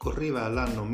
Correva l'anno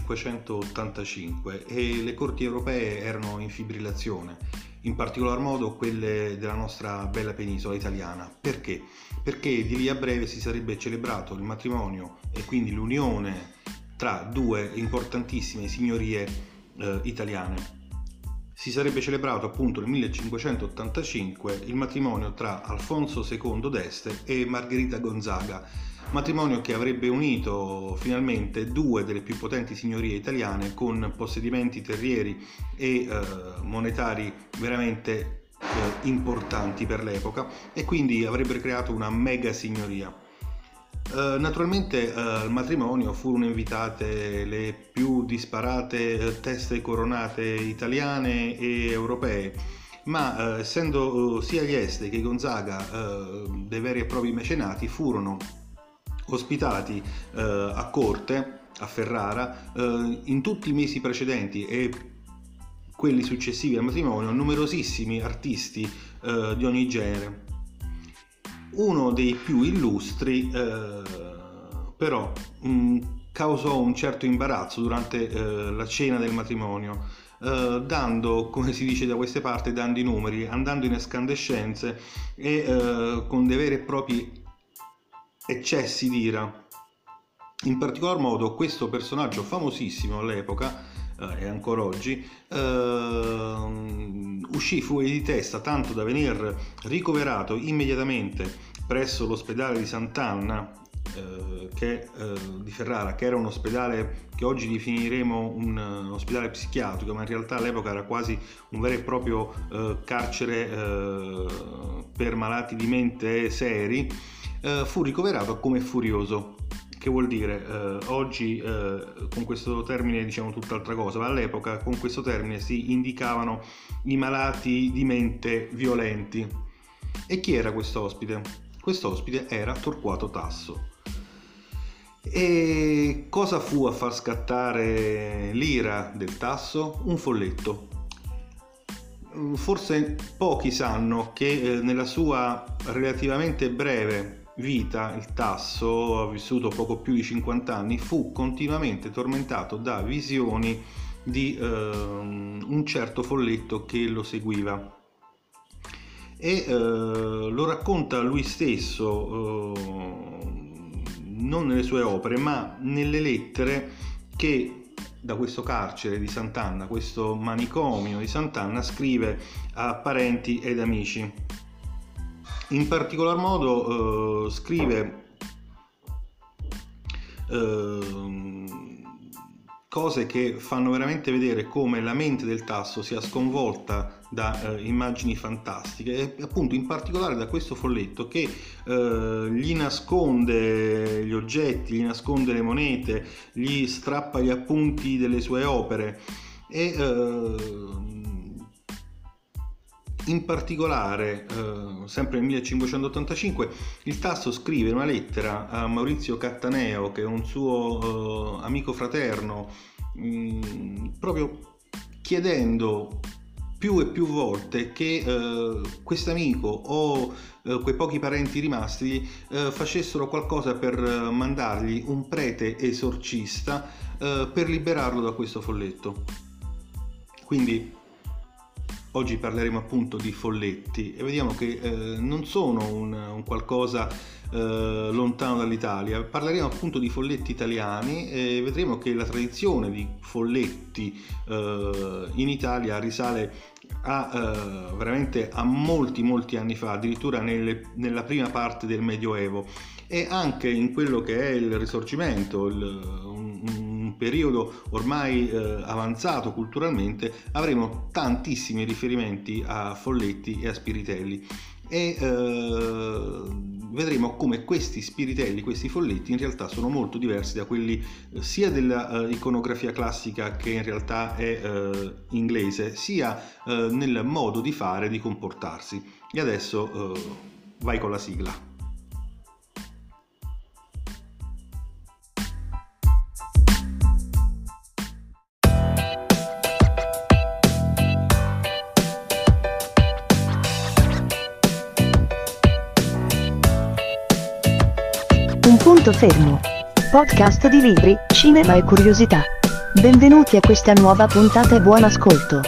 1585 e le corti europee erano in fibrillazione, in particolar modo quelle della nostra bella penisola italiana. Perché? Perché di lì a breve si sarebbe celebrato il matrimonio e quindi l'unione tra due importantissime signorie italiane. Si sarebbe celebrato appunto nel 1585 il matrimonio tra Alfonso II d'Este e Margherita Gonzaga, matrimonio che avrebbe unito finalmente due delle più potenti signorie italiane con possedimenti terrieri e monetari veramente importanti per l'epoca, e quindi avrebbe creato una mega signoria. Naturalmente al matrimonio furono invitate le più disparate teste coronate italiane e europee, ma essendo sia gli Este che Gonzaga dei veri e propri mecenati, furono ospitati a corte a Ferrara in tutti i mesi precedenti e quelli successivi al matrimonio numerosissimi artisti di ogni genere. Uno dei più illustri però causò un certo imbarazzo durante la cena del matrimonio, dando, come si dice da queste parti, dando i numeri, andando in escandescenze e con dei veri e propri eccessi di ira. In particolar modo questo personaggio famosissimo all'epoca e ancora oggi uscì fuori di testa, tanto da venir ricoverato immediatamente presso l'ospedale di Sant'Anna di Ferrara, che era un ospedale che oggi definiremo un ospedale psichiatrico, ma in realtà all'epoca era quasi un vero e proprio carcere per malati di mente seri. Fu ricoverato come furioso, che vuol dire oggi con questo termine diciamo tutt'altra cosa, ma all'epoca con questo termine si indicavano i malati di mente violenti. E chi era quest'ospite? Quest'ospite era Torquato Tasso. E cosa fu a far scattare l'ira del Tasso? Un folletto. Forse pochi sanno che nella sua relativamente breve vita il Tasso, ha vissuto poco più di 50 anni, fu continuamente tormentato da visioni di un certo folletto che lo seguiva, e lo racconta lui stesso non nelle sue opere ma nelle lettere che da questo carcere di Sant'Anna, questo manicomio di Sant'Anna, scrive a parenti ed amici. In particolar modo scrive cose che fanno veramente vedere come la mente del Tasso sia sconvolta da immagini fantastiche, e appunto in particolare da questo folletto che gli nasconde gli oggetti, gli nasconde le monete, gli strappa gli appunti delle sue opere, e in particolare, sempre nel 1585, il Tasso scrive una lettera a Maurizio Cattaneo, che è un suo amico fraterno, proprio chiedendo più e più volte che quest'amico o quei pochi parenti rimasti facessero qualcosa per mandargli un prete esorcista per liberarlo da questo folletto. Quindi oggi parleremo appunto di folletti e vediamo che non sono un qualcosa lontano dall'Italia. Parleremo appunto di folletti italiani e vedremo che la tradizione di folletti in Italia risale veramente a molti anni fa, addirittura nella prima parte del Medioevo, e anche in quello che è il Risorgimento, un periodo ormai avanzato culturalmente, avremo tantissimi riferimenti a folletti e a spiritelli, e vedremo come questi spiritelli, questi folletti in realtà sono molto diversi da quelli sia della iconografia classica, che in realtà è inglese, sia nel modo di fare e di comportarsi. E adesso vai con la sigla. Un punto fermo. podcast di libri, cinema e curiosità. Benvenuti a questa nuova puntata e buon ascolto.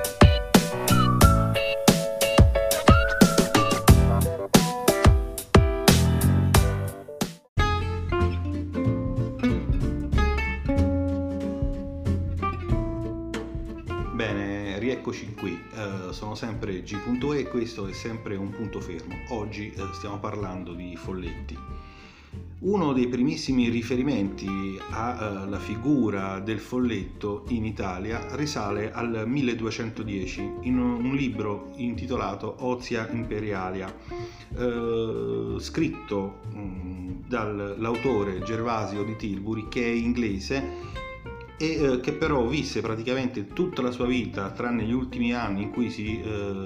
Bene, rieccoci qui, sono sempre G.E e questo è sempre un punto fermo. Oggi stiamo parlando di folletti. Uno dei primissimi riferimenti alla figura del folletto in Italia risale al 1210 in un libro intitolato Otia Imperialia, scritto dall'autore Gervasio di Tilbury, che è inglese e che però visse praticamente tutta la sua vita, tranne gli ultimi anni in cui si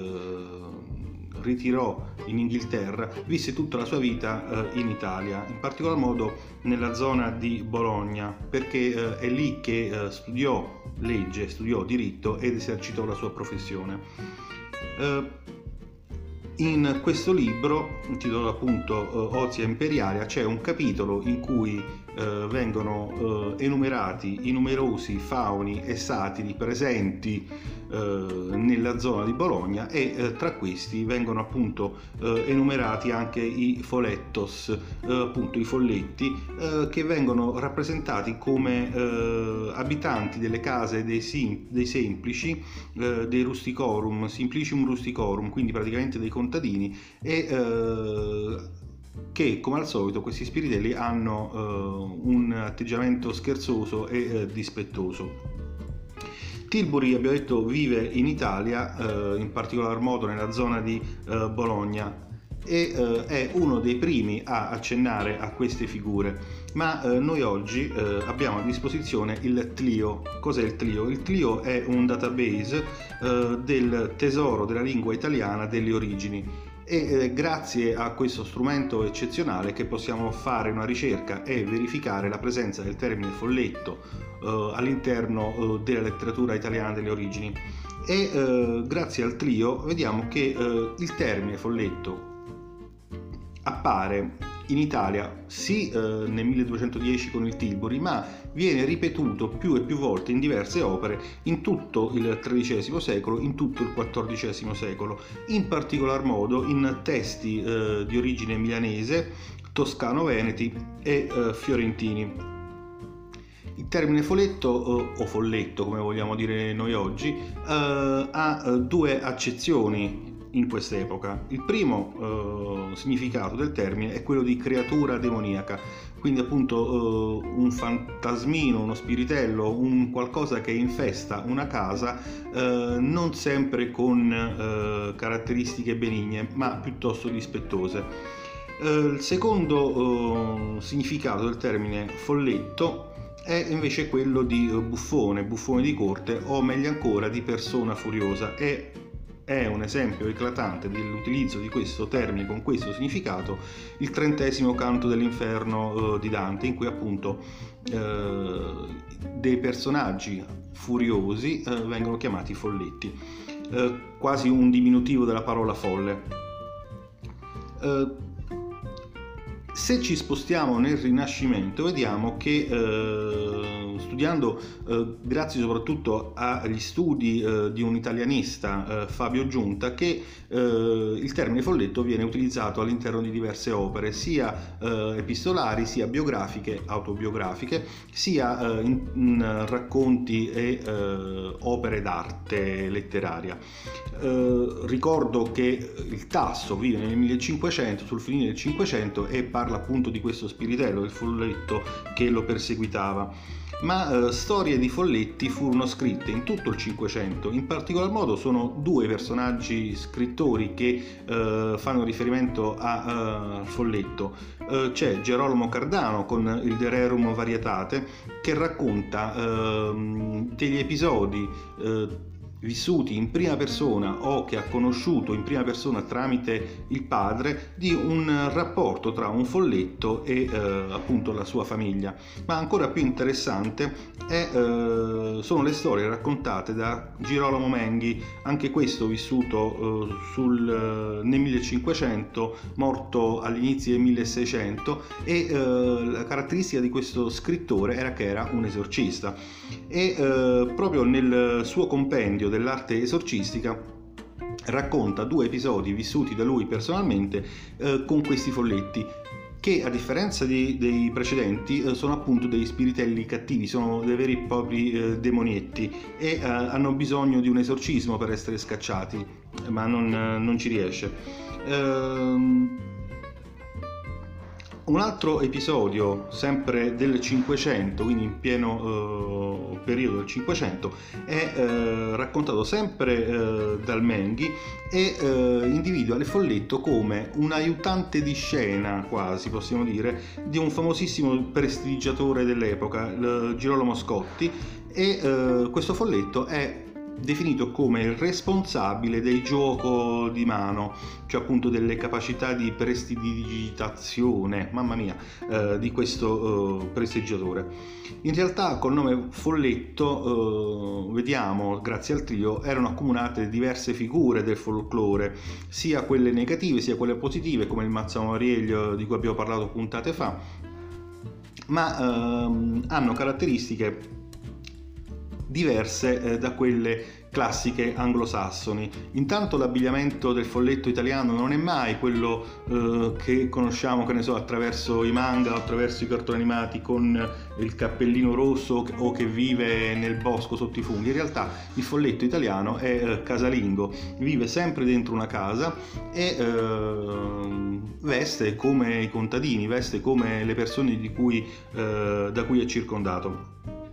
ritirò in Inghilterra, visse tutta la sua vita in Italia, in particolar modo nella zona di Bologna, perché è lì che studiò legge, studiò diritto ed esercitò la sua professione. In questo libro, intitolato appunto Otia Imperialia, c'è un capitolo in cui vengono enumerati i numerosi fauni e satiri presenti nella zona di Bologna e tra questi vengono appunto enumerati anche i follettos, appunto i folletti, che vengono rappresentati come abitanti delle case dei semplici, dei rusticorum, simplicium rusticorum, quindi praticamente dei contadini, e che come al solito questi spiritelli hanno un atteggiamento scherzoso e dispettoso. Tilbury, abbiamo detto, vive in Italia, in particolar modo nella zona di Bologna, e è uno dei primi a accennare a queste figure, ma noi oggi abbiamo a disposizione il TLIO. Cos'è il TLIO? Il TLIO è un database del tesoro della lingua italiana delle origini, e grazie a questo strumento eccezionale che possiamo fare una ricerca e verificare la presenza del termine folletto all'interno della letteratura italiana delle origini, e grazie al TLIO vediamo che il termine folletto appare in Italia sì nel 1210 con il Tilbury, ma viene ripetuto più e più volte in diverse opere in tutto il XIII secolo, in tutto il XIV secolo, in particolar modo in testi di origine milanese, toscano-veneti e fiorentini. Il termine folletto o folletto, come vogliamo dire noi oggi, ha due accezioni in quest'epoca. Il primo significato del termine è quello di creatura demoniaca, quindi appunto un fantasmino, uno spiritello, un qualcosa che infesta una casa, non sempre con caratteristiche benigne, ma piuttosto dispettose. Il secondo significato del termine folletto è invece quello di buffone di corte, o meglio ancora di persona furiosa. È un esempio eclatante dell'utilizzo di questo termine con questo significato il 30° canto dell'inferno di Dante, in cui appunto dei personaggi furiosi vengono chiamati folletti, quasi un diminutivo della parola folle. Se ci spostiamo nel Rinascimento, vediamo che studiando, grazie soprattutto agli studi di un italianista, Fabio Giunta, che il termine folletto viene utilizzato all'interno di diverse opere, sia epistolari, sia biografiche, autobiografiche, sia in racconti e opere d'arte letteraria. Ricordo che il Tasso vive nel 1500, sul finire del 500, e parla appunto di questo spiritello, del folletto che lo perseguitava. Ma storie di folletti furono scritte in tutto il Cinquecento. In particolar modo sono due personaggi scrittori che fanno riferimento al folletto. C'è Gerolamo Cardano con il De Rerum Varietate, che racconta degli episodi vissuti in prima persona o che ha conosciuto in prima persona tramite il padre di un rapporto tra un folletto e appunto la sua famiglia. Ma ancora più interessante sono le storie raccontate da Girolamo Menghi, anche questo vissuto nel 1500, morto all'inizio del 1600, e la caratteristica di questo scrittore era che era un esorcista, e proprio nel suo compendio dell'arte esorcistica racconta 2 episodi vissuti da lui personalmente con questi folletti, che a differenza dei precedenti sono appunto degli spiritelli cattivi, sono dei veri e propri demonietti, e hanno bisogno di un esorcismo per essere scacciati, ma non ci riesce. Un altro episodio, sempre del 500, quindi in pieno periodo del 500, è raccontato sempre dal Menghi, e individua il folletto come un aiutante di scena, quasi possiamo dire, di un famosissimo prestigiatore dell'epoca, Girolamo Scotti, e questo folletto è definito come il responsabile del gioco di mano, cioè appunto delle capacità di prestidigitazione, mamma mia, di questo prestigiatore. In realtà col nome folletto vediamo, grazie al trio, erano accomunate diverse figure del folklore, sia quelle negative sia quelle positive, come il Mazzamoriello di cui abbiamo parlato puntate fa, ma hanno caratteristiche diverse da quelle classiche anglosassoni. Intanto l'abbigliamento del folletto italiano non è mai quello che conosciamo, che ne so, attraverso i manga o attraverso i cartoni animati, con il cappellino rosso o che vive nel bosco sotto i funghi. In realtà il folletto italiano è casalingo, vive sempre dentro una casa e veste come i contadini, veste come le persone da cui è circondato.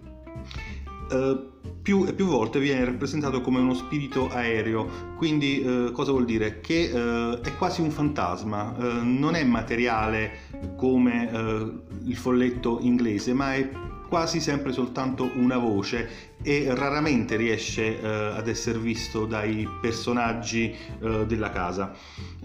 Più e più volte viene rappresentato come uno spirito aereo, quindi cosa vuol dire? Che è quasi un fantasma, non è materiale come il folletto inglese, ma è quasi sempre soltanto una voce, e raramente riesce ad essere visto dai personaggi della casa.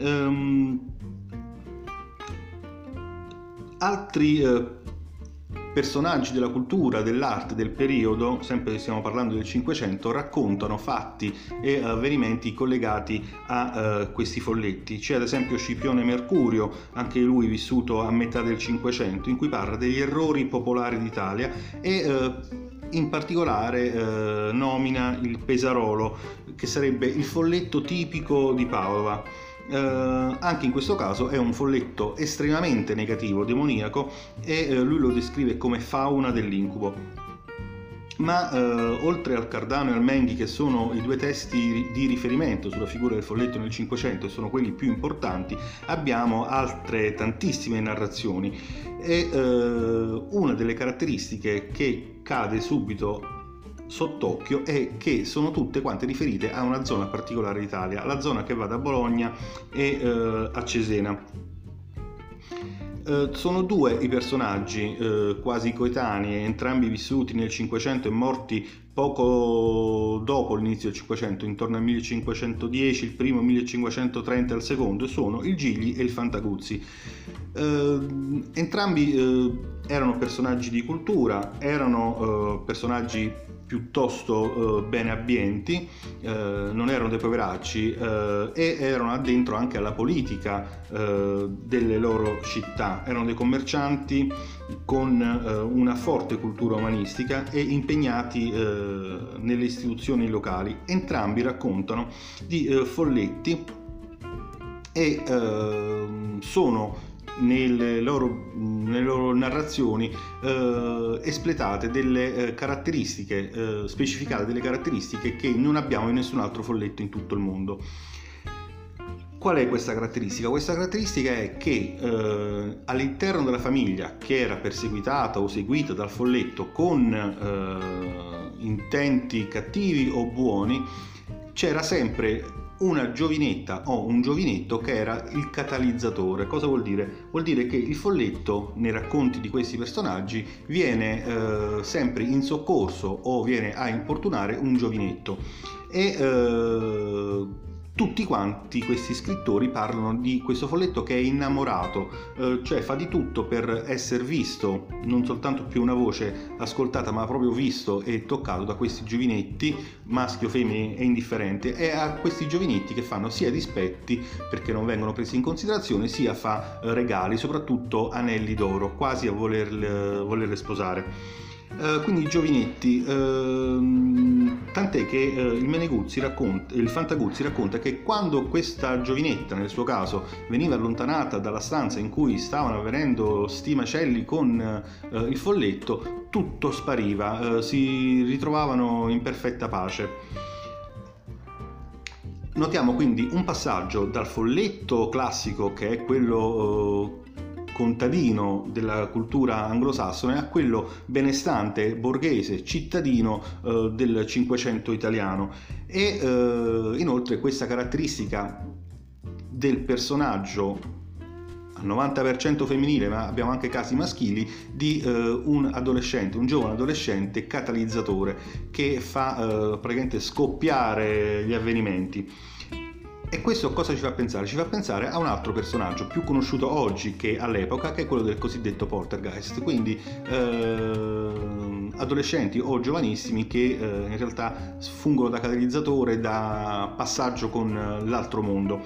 Altri personaggi della cultura, dell'arte del periodo, sempre se stiamo parlando del Cinquecento, raccontano fatti e avvenimenti collegati a questi folletti. C'è ad esempio Scipione Mercurio, anche lui vissuto a metà del Cinquecento, in cui parla degli errori popolari d'Italia e in particolare nomina il Pesarolo, che sarebbe il folletto tipico di Padova. Anche in questo caso è un folletto estremamente negativo, demoniaco, e lui lo descrive come fauna dell'incubo. Ma oltre al Cardano e al Menghi, che sono i 2 testi di riferimento sulla figura del folletto nel Cinquecento e sono quelli più importanti, abbiamo altre tantissime narrazioni, e una delle caratteristiche che cade subito sott'occhio è che sono tutte quante riferite a una zona particolare d'Italia, la zona che va da Bologna e a Cesena. Sono 2 i personaggi quasi coetanei, entrambi vissuti nel Cinquecento e morti poco dopo l'inizio del Cinquecento, intorno al 1510, il primo 1530 il secondo, e sono il Gigli e il Fantaguzzi. Entrambi erano personaggi di cultura, erano personaggi piuttosto bene abbienti, non erano dei poveracci, e erano addentro anche alla politica delle loro città. Erano dei commercianti con una forte cultura umanistica e impegnati nelle istituzioni locali. Entrambi raccontano di folletti e sono nelle loro narrazioni espletate delle caratteristiche, specificate delle caratteristiche che non abbiamo in nessun altro folletto in tutto il mondo. Qual è questa caratteristica? Questa caratteristica è che all'interno della famiglia che era perseguitata o seguita dal folletto con intenti cattivi o buoni, c'era sempre una giovinetta o un giovinetto che era il catalizzatore. Cosa vuol dire? Vuol dire che il folletto, nei racconti di questi personaggi, viene sempre in soccorso o viene a importunare un giovinetto, e tutti quanti questi scrittori parlano di questo folletto che è innamorato, cioè fa di tutto per essere visto, non soltanto più una voce ascoltata, ma proprio visto e toccato da questi giovinetti, maschio, femmine e indifferente, e a questi giovinetti che fanno sia dispetti perché non vengono presi in considerazione, sia fa regali, soprattutto anelli d'oro, quasi a volerle sposare. Quindi i giovinetti, tant'è che il Fantaguzzi racconta che quando questa giovinetta, nel suo caso, veniva allontanata dalla stanza in cui stavano avvenendo sti macelli con il folletto, tutto spariva, si ritrovavano in perfetta pace. Notiamo quindi un passaggio dal folletto classico, che è quello contadino della cultura anglosassone, a quello benestante, borghese, cittadino del Cinquecento italiano. E inoltre questa caratteristica del personaggio al 90% femminile, ma abbiamo anche casi maschili, di un giovane adolescente catalizzatore che fa praticamente scoppiare gli avvenimenti. E questo cosa ci fa pensare? Ci fa pensare a un altro personaggio più conosciuto oggi che all'epoca, che è quello del cosiddetto poltergeist, quindi adolescenti o giovanissimi che in realtà fungono da catalizzatore, da passaggio con l'altro mondo.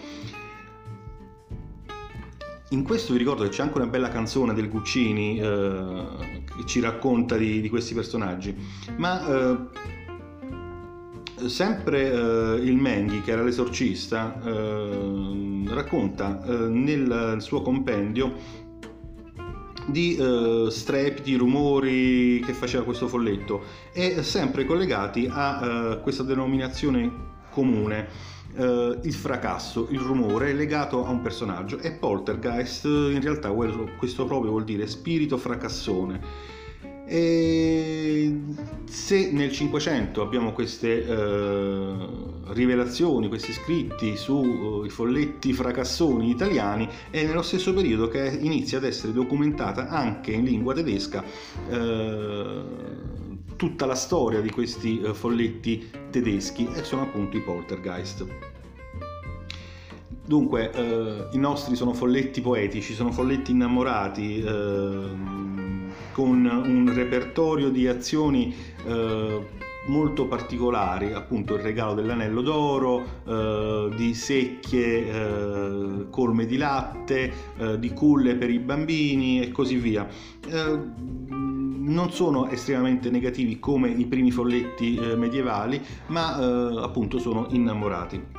In questo vi ricordo che c'è anche una bella canzone del Guccini che ci racconta di questi personaggi, ma sempre il Menghi, che era l'esorcista, racconta nel suo compendio di strepiti, rumori che faceva questo folletto, e sempre collegati a questa denominazione comune, il fracasso, il rumore legato a un personaggio. E poltergeist in realtà questo proprio vuol dire spirito fracassone. E se nel Cinquecento abbiamo queste rivelazioni, questi scritti sui folletti fracassoni italiani, è nello stesso periodo che inizia ad essere documentata anche in lingua tedesca tutta la storia di questi folletti tedeschi, e sono appunto i poltergeist. Dunque i nostri sono folletti poetici, sono folletti innamorati, con un repertorio di azioni molto particolari, appunto il regalo dell'anello d'oro, di secchie colme di latte, di culle per i bambini e così via. Non sono estremamente negativi come i primi folletti medievali, ma appunto sono innamorati.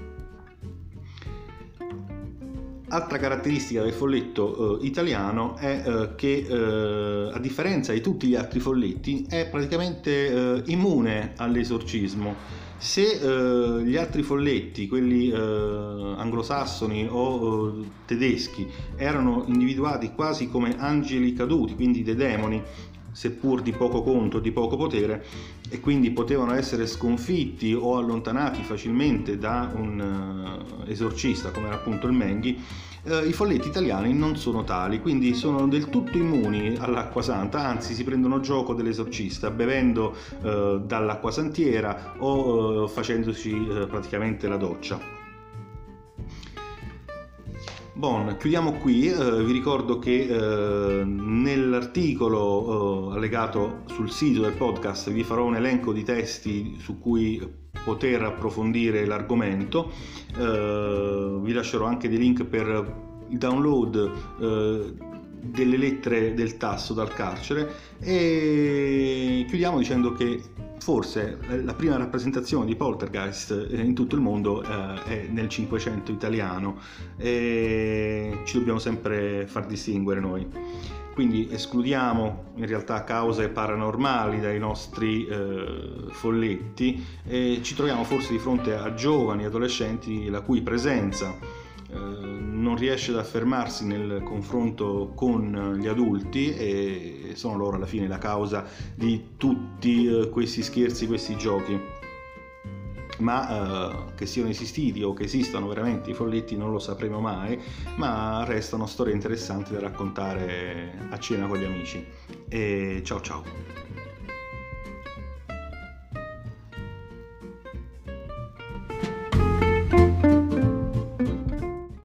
Altra caratteristica del folletto italiano è che a differenza di tutti gli altri folletti è praticamente immune all'esorcismo. Se gli altri folletti, quelli anglosassoni o tedeschi, erano individuati quasi come angeli caduti, quindi dei demoni, seppur di poco conto, di poco potere, e quindi potevano essere sconfitti o allontanati facilmente da un esorcista come era appunto il Menghi, i folletti italiani non sono tali, quindi sono del tutto immuni all'acqua santa, anzi si prendono gioco dell'esorcista bevendo dall'acqua santiera o facendosi praticamente la doccia. Bon, chiudiamo qui. Vi ricordo che nell'articolo allegato sul sito del podcast vi farò un elenco di testi su cui poter approfondire l'argomento. Vi lascerò anche dei link per il download delle lettere del Tasso dal carcere, e chiudiamo dicendo che forse la prima rappresentazione di poltergeist in tutto il mondo è nel Cinquecento italiano, e ci dobbiamo sempre far distinguere noi. Quindi escludiamo in realtà cause paranormali dai nostri folletti, e ci troviamo forse di fronte a giovani adolescenti la cui presenza non riesce ad affermarsi nel confronto con gli adulti, e sono loro alla fine la causa di tutti questi scherzi, questi giochi. ma che siano esistiti o che esistano veramente i folletti non lo sapremo mai, ma restano storie interessanti da raccontare a cena con gli amici. E ciao ciao!